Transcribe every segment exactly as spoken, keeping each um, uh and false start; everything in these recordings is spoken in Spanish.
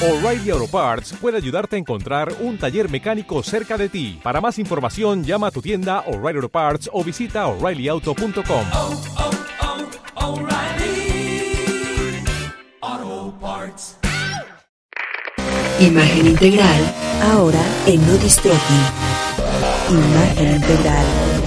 O'Reilly Auto Parts puede ayudarte a encontrar un taller mecánico cerca de ti. Para más información, llama a tu tienda O'Reilly Auto Parts o visita O'Reilly Auto punto com. Oh, oh, oh, O'Reilly Auto Parts. Imagen integral, ahora en No Distroqui. Imagen integral.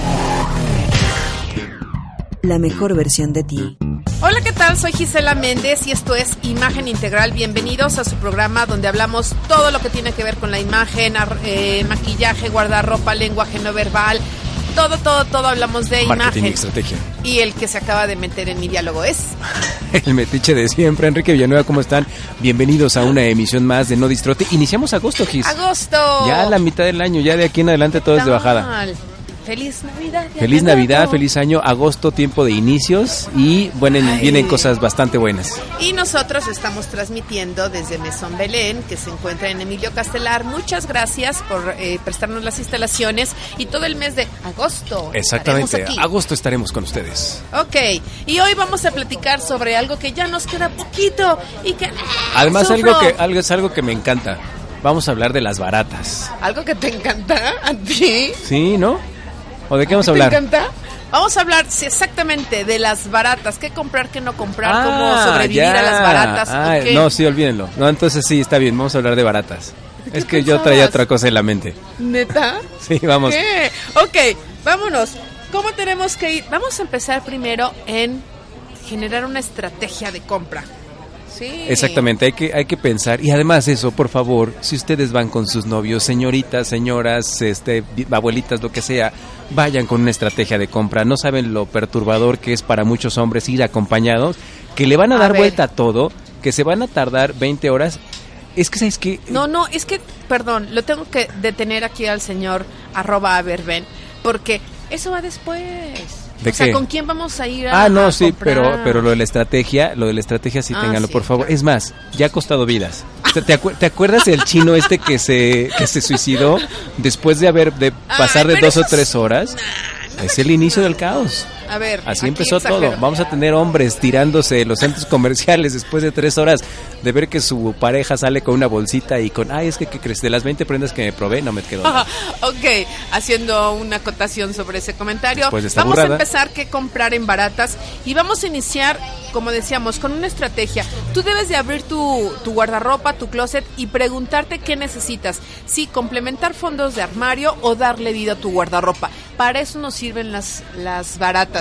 La mejor versión de ti. Hola, ¿qué tal? Soy Gisela Méndez y esto es Imagen Integral. Bienvenidos a su programa donde hablamos todo lo que tiene que ver con la imagen, eh, maquillaje, guardarropa, lenguaje no verbal, todo, todo, todo hablamos de marketing imagen. Y estrategia. Y el que se acaba de meter en mi diálogo es... El metiche de siempre, Enrique Villanueva, ¿cómo están? Bienvenidos a una emisión más de No Distrote. Iniciamos agosto, Gis. ¡Agosto! Ya la mitad del año, ya de aquí en adelante todo es de bajada. Feliz Navidad. Feliz Navidad, feliz año, agosto, tiempo de inicios y bueno, vienen cosas bastante buenas. Y nosotros estamos transmitiendo desde Mesón Belén, que se encuentra en Emilio Castelar. Muchas gracias por eh, prestarnos las instalaciones y todo el mes de agosto. Exactamente, agosto estaremos con ustedes. Ok, y hoy vamos a platicar sobre algo que ya nos queda poquito y que... Además, sufro. algo que algo es algo que me encanta. Vamos a hablar de las baratas. ¿Algo que te encanta a ti? Sí, ¿no? ¿O de qué vamos a ¿Te hablar? encanta? Vamos a hablar sí, exactamente de las baratas, qué comprar, qué no comprar, ah, cómo sobrevivir ya. a las baratas. Ah, okay. No, sí, olvídenlo. No, entonces sí, está bien, vamos a hablar de baratas. ¿Qué Es que pensabas? yo traía otra cosa en la mente. ¿Neta? Sí, vamos. ¿Qué? Ok, vámonos. ¿Cómo tenemos que ir? Vamos a empezar primero en generar una estrategia de compra. Sí. Exactamente, hay que hay que pensar y además eso, por favor, si ustedes van con sus novios, señoritas, señoras, este, abuelitas, lo que sea, vayan con una estrategia de compra. No saben lo perturbador que es para muchos hombres ir acompañados, que le van a, a dar ver. vuelta a todo, que se van a tardar veinte horas. Es que, ¿sabes qué? No, no, es que, perdón, lo tengo que detener aquí al señor arroba Averben, porque eso va después. ¿De o qué? sea, ¿con quién vamos a ir a Ah, no, a sí, comprar? pero pero lo de la estrategia, lo de la estrategia sí, ah, ténganlo, sí, por favor. claro. Es más, ya ha costado vidas. ¿Te, te, acu- ¿Te acuerdas del chino este que se que se suicidó después de haber de pasar Ay, de dos o es... tres horas? Nah, no es el inicio del caos. A ver, así empezó exagero. todo. Vamos a tener hombres tirándose en los centros comerciales después de tres horas de ver que su pareja sale con una bolsita y con, ay, es que, ¿qué crees? De las veinte prendas que me probé, no me quedó nada. Ok, haciendo una acotación sobre ese comentario. Después de esta vamos burrada. a empezar qué comprar en baratas y vamos a iniciar, como decíamos, con una estrategia. Tú debes de abrir tu, tu guardarropa, tu closet y preguntarte qué necesitas. Sí, complementar fondos de armario o darle vida a tu guardarropa. Para eso nos sirven las, las baratas.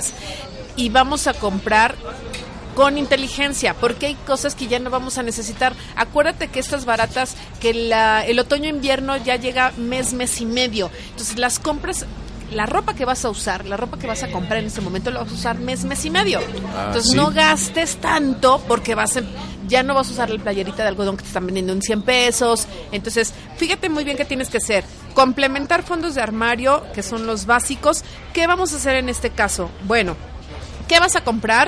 Y vamos a comprar con inteligencia, porque hay cosas que ya no vamos a necesitar. Acuérdate que estas baratas, que la, el otoño-invierno ya llega mes, mes y medio. Entonces las compras, la ropa que vas a usar, la ropa que vas a comprar en este momento, la vas a usar mes, mes y medio. Ah, Entonces ¿sí? no gastes tanto porque vas a, ya no vas a usar la playerita de algodón que te están vendiendo en cien pesos. Entonces, fíjate muy bien qué tienes que hacer. Complementar fondos de armario, que son los básicos. ¿Qué vamos a hacer en este caso? Bueno, ¿qué vas a comprar?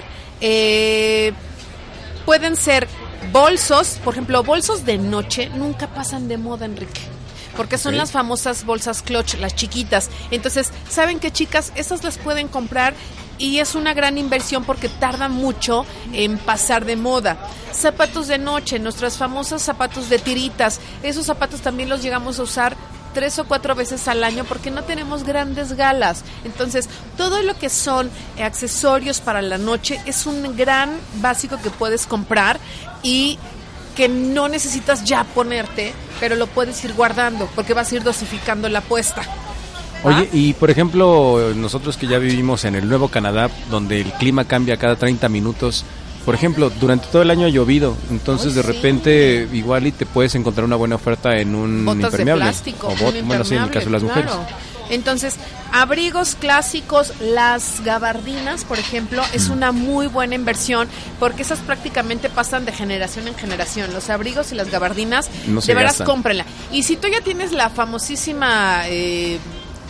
Eh, pueden ser bolsos, por ejemplo, bolsos de noche nunca pasan de moda, Enrique, porque son ¿Sí? las famosas bolsas clutch, las chiquitas. Entonces, ¿saben qué, chicas? Esas las pueden comprar y es una gran inversión porque tardan mucho en pasar de moda. Zapatos de noche, nuestras famosas zapatos de tiritas, esos zapatos también los llegamos a usar tres o cuatro veces al año porque no tenemos grandes galas. Entonces, todo lo que son eh, accesorios para la noche es un gran básico que puedes comprar y que no necesitas ya ponerte, pero lo puedes ir guardando porque vas a ir dosificando la apuesta. Oye, y por ejemplo, nosotros que ya vivimos en el Nuevo Canadá, donde el clima cambia cada treinta minutos, por ejemplo, durante todo el año ha llovido, entonces Ay, de sí. repente igual y te puedes encontrar una buena oferta en un Botas impermeable. de plástico, o bot, un bueno, sí, en el impermeable, caso de las mujeres. claro. Entonces, abrigos clásicos, las gabardinas, por ejemplo, es una muy buena inversión porque esas prácticamente pasan de generación en generación. Los abrigos y las gabardinas, No se de veras gastan. cómprenla. Y si tú ya tienes la famosísima... Eh,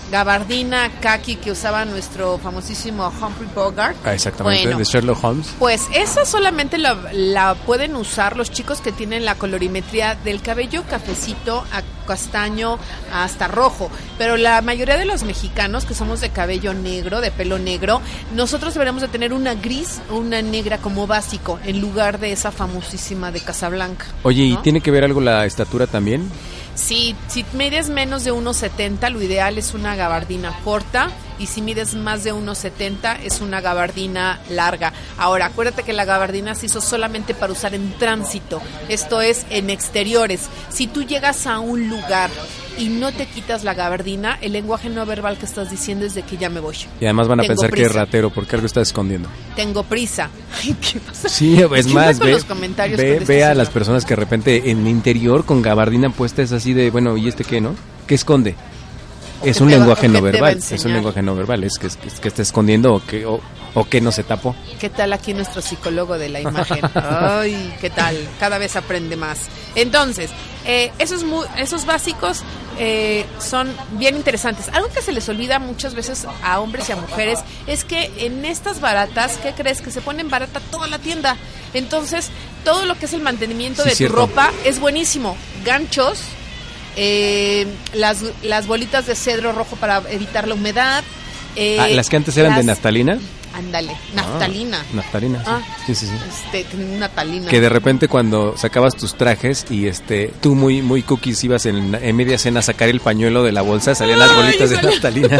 gabardina khaki que usaba nuestro famosísimo Humphrey Bogart. Ah, exactamente, Bueno, de Sherlock Holmes. pues esa solamente la, la pueden usar los chicos que tienen la colorimetría del cabello cafecito a castaño hasta rojo, pero la mayoría de los mexicanos que somos de cabello negro, de pelo negro, nosotros deberíamos de tener una gris o una negra como básico en lugar de esa famosísima de Casablanca. Oye, ¿y ¿no? tiene que ver algo la estatura también? Sí, si mides menos de uno setenta, lo ideal es una gabardina corta, y si mides más de uno setenta es una gabardina larga. Ahora, acuérdate que la gabardina se hizo solamente para usar en tránsito, esto es en exteriores. Si tú llegas a un lugar y no te quitas la gabardina, el lenguaje no verbal que estás diciendo es de que ya me voy. Y además van a Tengo pensar que es prisa. ratero porque algo está escondiendo. Tengo prisa. Ay, ¿qué pasa? Sí, es ¿Qué más, onda con ve, los comentarios ve, con este ve a señor? las personas que de repente en el interior con gabardina puesta es así de, bueno, ¿y este qué, no? ¿Qué esconde? O Es que un te va- lenguaje o no que te va a verbal, es enseñar. un lenguaje no verbal, es que, es, que- es que está escondiendo o que, o, o que no se tapó. ¿Qué tal aquí nuestro psicólogo de la imagen? Ay, ¿qué tal? Cada vez aprende más. Entonces, eh, esos, mu- esos básicos eh, son bien interesantes. Algo que se les olvida muchas veces a hombres y a mujeres es que en estas baratas, ¿qué crees? Que se ponen barata toda la tienda. Entonces, todo lo que es el mantenimiento Sí, de cierto. tu ropa es buenísimo. Ganchos, eh, las, las bolitas de cedro rojo para evitar la humedad. eh, Ah, las que antes eran de las- naftalina. Ándale, naftalina. Ah, naftalina, sí. Ah. sí, sí, sí. Este, una talina. Que de repente cuando sacabas tus trajes y este tú muy muy cookies ibas en, en media cena a sacar el pañuelo de la bolsa, salían las Ay, bolitas de sale- naftalina.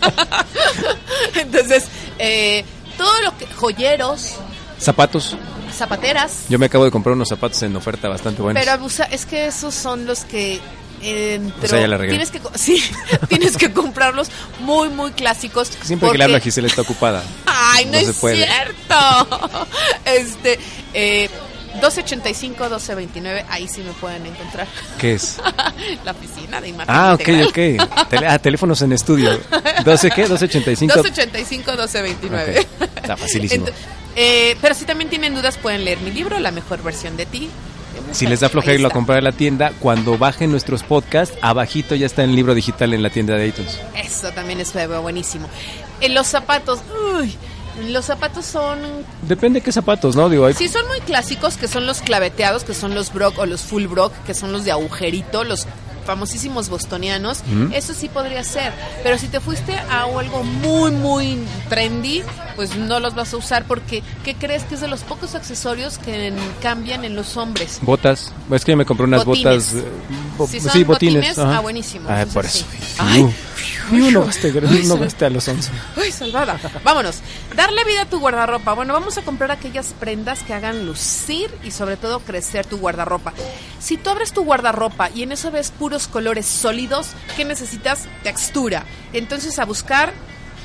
Entonces, eh, todo lo que... Joyeros, Zapatos. zapateras. Yo me acabo de comprar unos zapatos en oferta bastante buenos. Pero abusa, es que esos son los que... Entre, O sea, ya la regué. tienes que co- sí, tienes que comprarlos muy muy clásicos. Siempre que le hablo a Gisela está ocupada. Ay, no, No se es puede. cierto. Este, eh, doce ochenta y cinco, doce veintinueve, ahí sí me pueden encontrar. ¿Qué es? La oficina de imagen Ah, ok, integral. ok. Tele- ah, teléfonos en estudio. ¿doce qué? ¿doce ochenta y cinco? doce ochenta y cinco, doce veintinueve. Ok, está facilísimo. Ent- eh, pero si también tienen dudas, pueden leer mi libro, La mejor versión de ti. Si les da flojera Ahí irlo a está. comprar a la tienda, cuando bajen nuestros podcasts, abajito ya está el libro digital en la tienda de iTunes. Eso también es buenísimo. En los zapatos, uy, los zapatos son... Depende qué zapatos, ¿no? Digo, hay... Sí, son muy clásicos, que son los claveteados, que son los Brock o los Full Brock, que son los de agujerito, los famosísimos bostonianos. Ujú. Eso sí podría ser. Pero si te fuiste a algo muy, muy trendy, pues no los vas a usar porque, ¿qué crees? Que es de los pocos accesorios que en- cambian en los hombres. Botas. Es que yo me compré unas Botines. botas. eh, bo- Si son sí, botines. botines, ajá. ah, buenísimo. Ah, Entonces, por sí. eso. Ay. Fiu. Fiu, no gasté, Ay, no se- gasté a los once. ¡Ay, salvada! Vámonos. Darle vida a tu guardarropa. Bueno, vamos a comprar aquellas prendas que hagan lucir y sobre todo crecer tu guardarropa. Si tú abres tu guardarropa y en eso ves puros colores sólidos, ¿qué necesitas? Textura. Entonces a buscar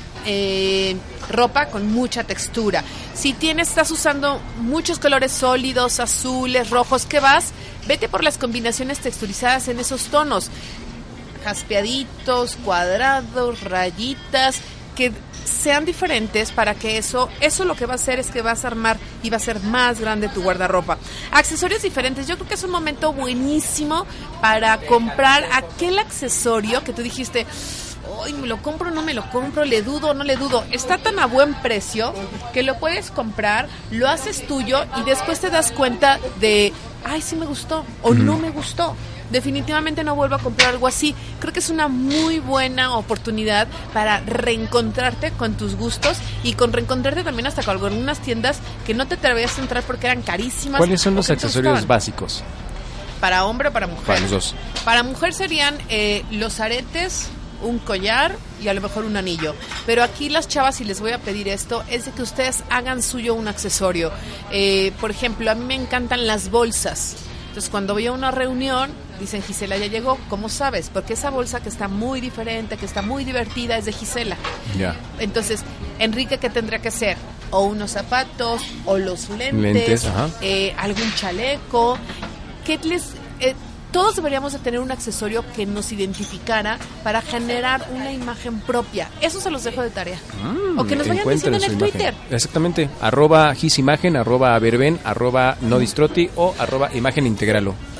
eh, ropa con mucha textura. Si tienes, estás usando muchos colores sólidos, azules, rojos, ¿qué vas? Vete por las combinaciones texturizadas en esos tonos. Jaspeaditos, cuadrados, rayitas, que sean diferentes para que eso, eso lo que va a hacer es que vas a armar y va a ser más grande tu guardarropa. Accesorios diferentes, yo creo que es un momento buenísimo para comprar aquel accesorio que tú dijiste, ay, me lo compro, no me lo compro, le dudo, no le dudo. Está tan a buen precio que lo puedes comprar, lo haces tuyo y después te das cuenta de, ay, sí me gustó o no me gustó. Definitivamente no vuelvo a comprar algo así. Creo que es una muy buena oportunidad para reencontrarte con tus gustos y con reencontrarte también hasta con algunas tiendas que no te atrevías a entrar porque eran carísimas. ¿Cuáles son o los que no te accesorios gustaban. básicos? ¿Para hombre o para mujer? Para los dos. Para mujer serían eh, los aretes, un collar y a lo mejor un anillo. Pero aquí las chavas, si les voy a pedir esto, es de que ustedes hagan suyo un accesorio. Eh, por ejemplo, a mí me encantan las bolsas. Entonces, cuando voy a una reunión, dicen, Gisela ya llegó. ¿Cómo sabes? Porque esa bolsa que está muy diferente, que está muy divertida, es de Gisela. Ya. Entonces, Enrique, ¿qué tendría que ser? O unos zapatos, o los lentes, Lentes, ajá. eh, algún chaleco. ¿Qué les...? Eh, todos deberíamos de tener un accesorio que nos identificara para generar una imagen propia. Eso se los dejo de tarea. o que nos vayan Encuentren diciendo en el su imagen. Twitter. Exactamente. Arroba gisimagen, arroba verben, arroba nodistroti o arroba imagen integralo.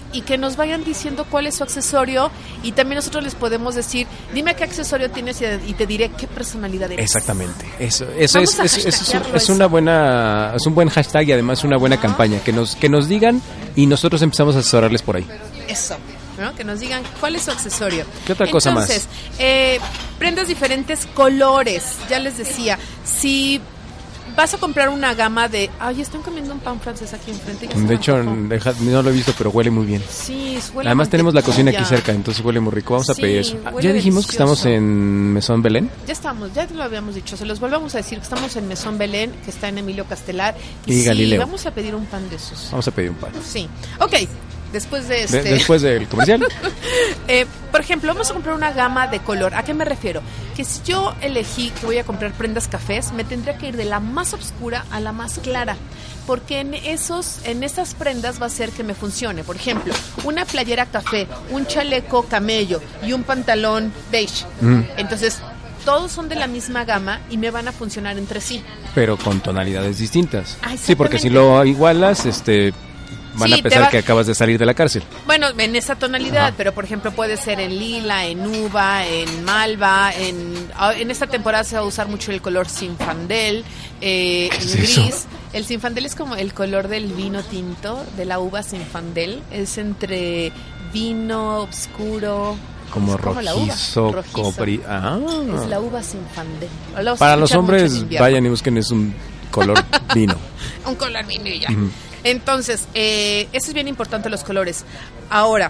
y que nos vayan diciendo cuál es su accesorio, y también nosotros les podemos decir, dime qué accesorio tienes y, y te diré qué personalidad eres. Exactamente. Eso, eso es, Vamos a es, es, es, hashtaguearlo es eso. una buena, es un buen hashtag y además una buena campaña. Que nos, que nos digan y nosotros empezamos a asesorarles por ahí. Eso, ¿no? Que nos digan cuál es su accesorio. ¿Qué otra cosa más? Entonces, eh, prendas diferentes colores. Ya les decía, si vas a comprar una gama de... Ay, están comiendo un pan francés aquí enfrente. ya se me De hecho, antojó. deja- no lo he visto, pero huele muy bien. Sí, huele a Además tenemos la cocina aquí mantequilla. cerca, entonces huele muy rico. Vamos a Sí, pedir eso. Ah, huele ya dijimos que estamos delicioso. en Mesón Belén. Ya estamos, ya te lo habíamos dicho, se los volvemos a decir que estamos en Mesón Belén, que está en Emilio Castelar. Y sí, Galileo. vamos a pedir un pan de esos. Vamos a pedir un pan. Sí, ok, después de De- este... después del comercial. Eh, por ejemplo, vamos a comprar una gama de color. ¿A qué me refiero? Que si yo elegí que voy a comprar prendas cafés, me tendría que ir de la más oscura a la más clara, porque en esos, en esas prendas va a ser que me funcione. Por ejemplo, una playera café, un chaleco camello y un pantalón beige. Mm. Entonces, todos son de la misma gama y me van a funcionar entre sí. Pero con tonalidades distintas. Ah, Sí, porque si exactamente. lo igualas, este, van Sí, a te pensar va- que acabas de salir de la cárcel. Bueno, en esa tonalidad, Ajá. pero por ejemplo puede ser en lila, en uva, en malva, en, ah, en esta temporada se va a usar mucho el color sinfandel, eh, ¿Qué es en eso? gris. El sinfandel es como el color del vino tinto, de la uva sinfandel, es entre vino oscuro, Como es como la uva, rojizo, rojizo. copri... Ah. Es la uva sinfandel. Lo vas a Para los escuchar mucho en hombres, invierno. vayan y busquen, es un color vino. Un color vino y ya. Ujú. Entonces, eh, eso es bien importante, los colores. Ahora,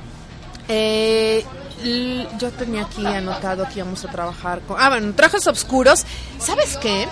eh, l- yo tenía aquí anotado que íbamos a trabajar con... Ah, bueno, trajes oscuros. ¿Sabes qué?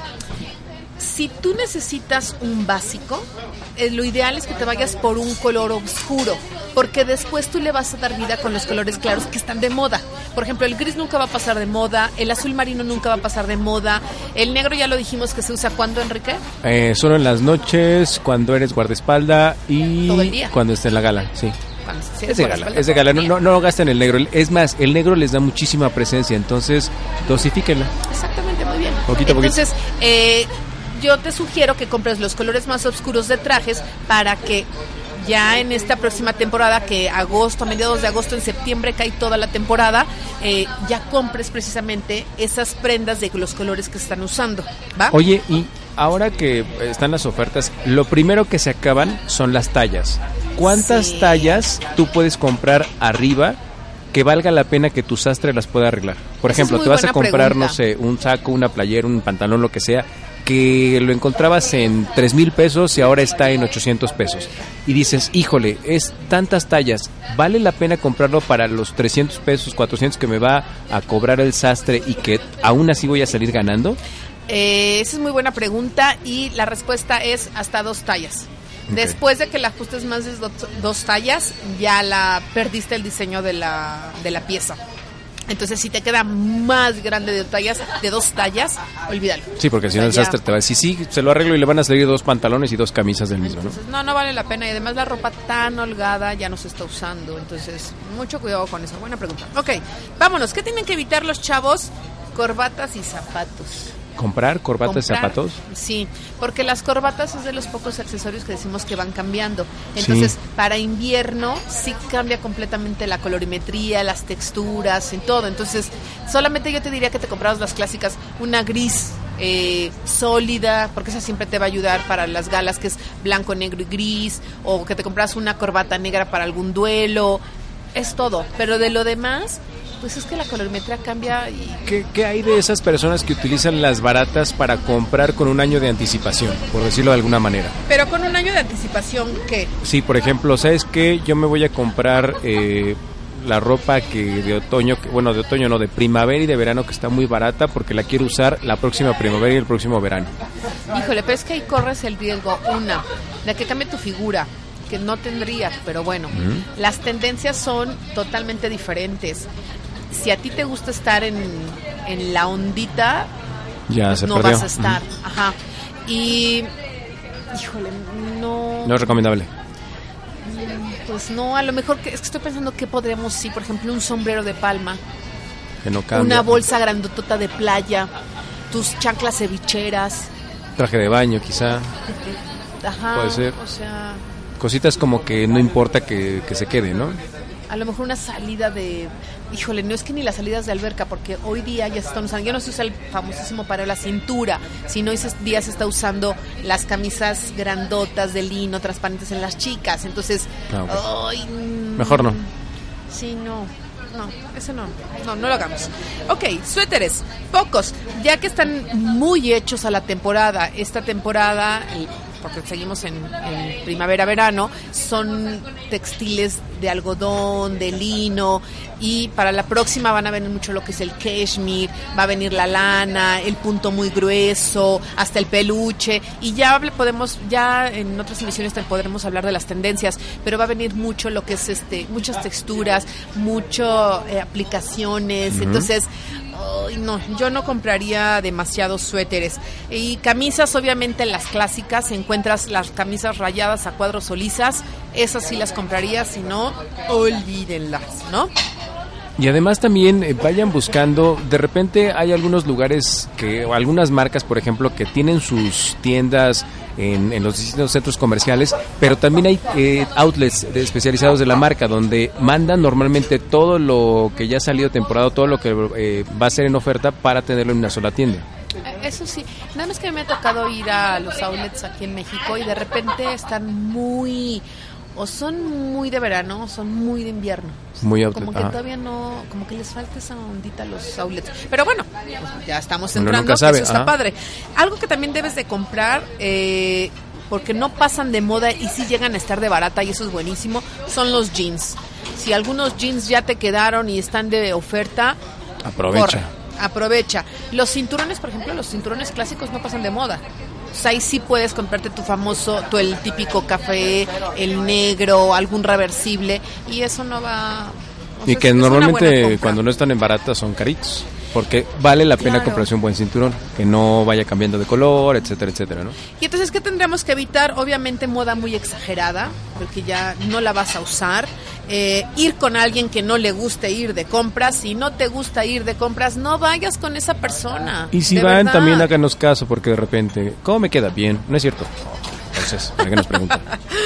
Si tú necesitas un básico, eh, lo ideal es que te vayas por un color oscuro, porque después tú le vas a dar vida con los colores claros que están de moda. Por ejemplo, el gris nunca va a pasar de moda, el azul marino nunca va a pasar de moda, el negro ya lo dijimos que se usa ¿cuándo, Enrique? Eh, solo en las noches, cuando eres guardaespalda y Todo el día. cuando esté en la gala, sí. Cuando se Es de gala, es de gala, no, no, no gasten el negro. Es más, el negro les da muchísima presencia, entonces dosifíquenla. Exactamente, muy bien. Poquito a poquito. Entonces, eh, yo te sugiero que compres los colores más oscuros de trajes para que ya en esta próxima temporada, que agosto, a mediados de agosto, en septiembre cae toda la temporada, eh, ya compres precisamente esas prendas de los colores que están usando, ¿va? Oye, y ahora que están las ofertas, lo primero que se acaban son las tallas. ¿Cuántas Sí. tallas tú puedes comprar arriba que valga la pena que tu sastre las pueda arreglar? Por Esa es ejemplo, muy te vas a buena comprar, pregunta. no sé, un saco, una playera, un pantalón, lo que sea, que lo encontrabas en tres mil pesos y ahora está en ochocientos pesos. Y dices, híjole, es tantas tallas, ¿vale la pena comprarlo para los trescientos pesos, cuatrocientos que me va a cobrar el sastre y que aún así voy a salir ganando? Eh, esa es muy buena pregunta y la respuesta es hasta dos tallas. Ok. Después de que la ajustes más de dos, dos tallas, ya la perdiste el diseño de la, de la pieza. Entonces, si te queda más grande de tallas, de dos tallas, olvídalo. Sí, porque si O no sea, el sastre ya. te va a decir, sí, se lo arreglo y le van a salir dos pantalones y dos camisas del mismo, ¿no? Entonces, no, no vale la pena. Y además la ropa tan holgada ya no se está usando. Entonces, mucho cuidado con eso. Buena pregunta. Ok, vámonos. ¿Qué tienen que evitar los chavos? Corbatas y zapatos. ¿Comprar corbatas y Comprar, zapatos? Sí, porque las corbatas es de los pocos accesorios que decimos que van cambiando. Entonces, Sí. para invierno sí cambia completamente la colorimetría, las texturas y todo. Entonces, solamente yo te diría que te compraras las clásicas, una gris eh, sólida, porque esa siempre te va a ayudar para las galas, que es blanco, negro y gris, o que te compras una corbata negra para algún duelo. Es todo, pero de lo demás, pues es que la colorimetría cambia y... ¿Qué, qué hay de esas personas que utilizan las baratas para comprar con un año de anticipación, por decirlo de alguna manera? Pero con un año de anticipación, ¿qué? Sí, por ejemplo, ¿sabes qué? Yo me voy a comprar eh, la ropa que de otoño, que, bueno, de otoño no, de primavera y de verano, que está muy barata porque la quiero usar la próxima primavera y el próximo verano. Híjole, pero es que ahí corres el riesgo, una, de que cambie tu figura, que no tendría, pero bueno, Ujú. las tendencias son totalmente diferentes. Si a ti te gusta estar en, en la ondita, Ya pues se no perdió. vas a estar. Ujú. Ajá. Y, híjole, no... No es recomendable. Pues no, a lo mejor, que, es que estoy pensando que podríamos, sí, por ejemplo, un sombrero de palma, Que no cambia. una bolsa grandotota de playa, tus chanclas cevicheras. Traje de baño, quizá. Ajá, Puede ser. o sea, Cositas como que no importa que, que se quede, ¿no? A lo mejor una salida de... Híjole, no es que ni las salidas de alberca, porque hoy día ya se están usando, ya no se usa el famosísimo para la cintura, sino hoy día se está usando las camisas grandotas de lino, transparentes en las chicas, entonces... Ah, okay. Ay, mm, mejor no. Sí, no, no, eso no, no, no lo hagamos. Ok, suéteres, pocos, ya que están muy hechos a la temporada, esta temporada... El, porque seguimos en, en primavera-verano, son textiles de algodón, de lino, y para la próxima van a venir mucho lo que es el cashmere, va a venir la lana, el punto muy grueso, hasta el peluche, y ya podemos, ya en otras emisiones podremos hablar de las tendencias, pero va a venir mucho lo que es este, muchas texturas, mucho eh, aplicaciones, uh-huh. Entonces... Ay, no, yo no compraría demasiados suéteres. Y camisas, obviamente las clásicas, encuentras las camisas rayadas a cuadros o lisas, esas sí las compraría, si no, olvídenlas, ¿no? Y además también eh, vayan buscando, de repente hay algunos lugares, que o algunas marcas, por ejemplo, que tienen sus tiendas en, en los distintos centros comerciales, pero también hay eh, outlets especializados de la marca, donde mandan normalmente todo lo que ya ha salido temporada, todo lo que eh, va a ser en oferta para tenerlo en una sola tienda. Eso sí, nada más que me ha tocado ir a los outlets aquí en México y de repente están muy... o son muy de verano o son muy de invierno. Muy outlet, como que ajá. Todavía no, como que les falta esa ondita a los outlets. Pero bueno, pues ya estamos Uno entrando, nunca sabe, eso está ajá. padre. Algo que también debes de comprar, eh, porque no pasan de moda y sí llegan a estar de barata, y eso es buenísimo, son los jeans. Si algunos jeans ya te quedaron y están de oferta, aprovecha. Corre, aprovecha. Los cinturones, por ejemplo, los cinturones clásicos no pasan de moda. O sea, ahí sí puedes comprarte tu famoso, tu el típico café, el negro, algún reversible, y eso no va... O sea, y que es normalmente cuando no están en barata son caritos, porque vale la pena Claro. comprarse un buen cinturón, que no vaya cambiando de color, etcétera, etcétera, ¿no? Y entonces, ¿qué tendríamos que evitar? Obviamente moda muy exagerada, porque ya no la vas a usar. Eh, ir con alguien que no le guste ir de compras. Si no te gusta ir de compras, no vayas con esa persona. Y si de van, verdad. también háganos caso, porque de repente, ¿cómo me queda? Bien, ¿no es cierto? Entonces, ¿para qué nos preguntan?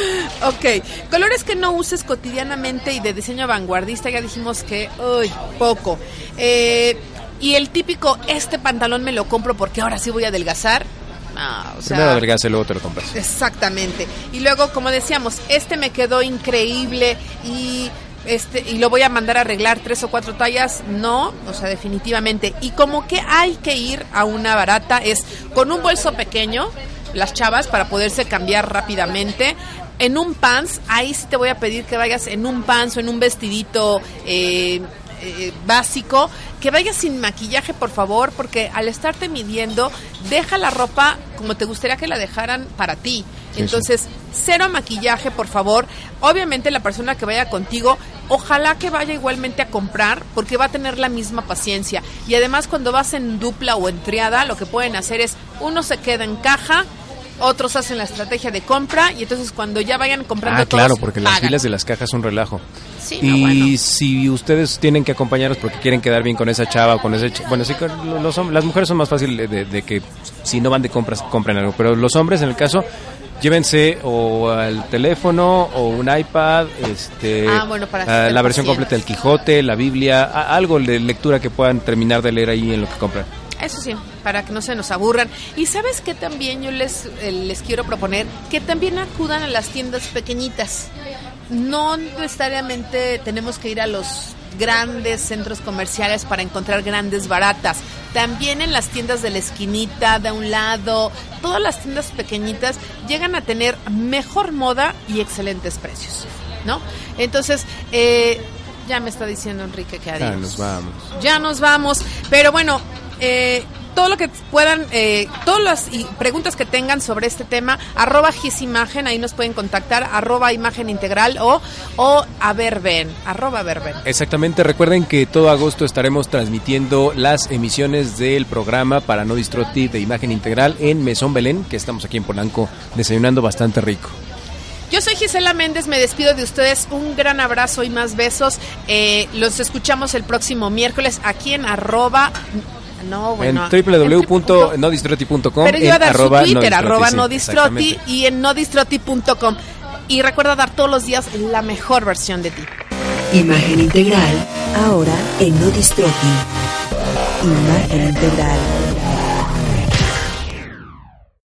Ok, colores que no uses cotidianamente y de diseño vanguardista, ya dijimos que, uy, poco. Eh, y el típico, este pantalón me lo compro porque ahora sí voy a adelgazar. No, o sea, Primero adelgaza y luego te lo compras. Exactamente. Y luego, como decíamos, este me quedó increíble y este y lo voy a mandar a arreglar tres o cuatro tallas. No, o sea, definitivamente. Y como que hay que ir a una barata es con un bolso pequeño, las chavas, para poderse cambiar rápidamente. En un pants, ahí sí te voy a pedir que vayas en un pants o en un vestidito eh, eh, básico, que vayas sin maquillaje, por favor, porque al estarte midiendo, deja la ropa como te gustaría que la dejaran para ti. Sí, Entonces, sí. Cero maquillaje, por favor. Obviamente la persona que vaya contigo, ojalá que vaya igualmente a comprar, porque va a tener la misma paciencia. Y además, cuando vas en dupla o en triada, lo que pueden hacer es, uno se queda en caja, otros hacen la estrategia de compra, y entonces cuando ya vayan comprando Ah, todos, claro, porque las pagan. filas de las cajas son relajo. Sí, y no, bueno. si ustedes tienen que acompañarlos porque quieren quedar bien con esa chava o con ese ch- bueno, sí, con los, hom- las mujeres son más fáciles de, de que si no van de compras compren algo, pero los hombres en el caso llévense o al teléfono o un iPad, este, Ah, bueno, para ah, ser la versión pacientes. completa del Quijote, la Biblia, a- algo de lectura que puedan terminar de leer ahí en lo que compran. Eso sí, para que no se nos aburran. Y ¿sabes qué también yo les, eh, les quiero proponer? Que también acudan a las tiendas pequeñitas. No necesariamente tenemos que ir a los grandes centros comerciales para encontrar grandes baratas. También en las tiendas de la esquinita, de un lado, todas las tiendas pequeñitas llegan a tener mejor moda y excelentes precios, ¿no? Entonces, eh, ya me está diciendo Enrique que adiós. Ya nos vamos. Ya nos vamos, pero bueno, eh, todo lo que puedan, eh, todas las y preguntas que tengan sobre este tema, arroba gisimagen, ahí nos pueden contactar, arroba imagen integral o, o a verben, arroba verben. Exactamente, recuerden que todo agosto estaremos transmitiendo las emisiones del programa para No Distroti de Imagen Integral en Mesón Belén, que estamos aquí en Polanco desayunando bastante rico. Yo soy Gisela Méndez, me despido de ustedes, un gran abrazo y más besos, eh, los escuchamos el próximo miércoles aquí en arroba... No, bueno, en doble u doble u doble u punto no distroti punto com. Pero yo iba a dar su arroba Twitter, nodistroti, arroba sí, nodistroti, y en nodistroti punto com. y recuerda dar todos los días la mejor versión de ti. Imagen integral, ahora en No Distroqui. Imagen integral.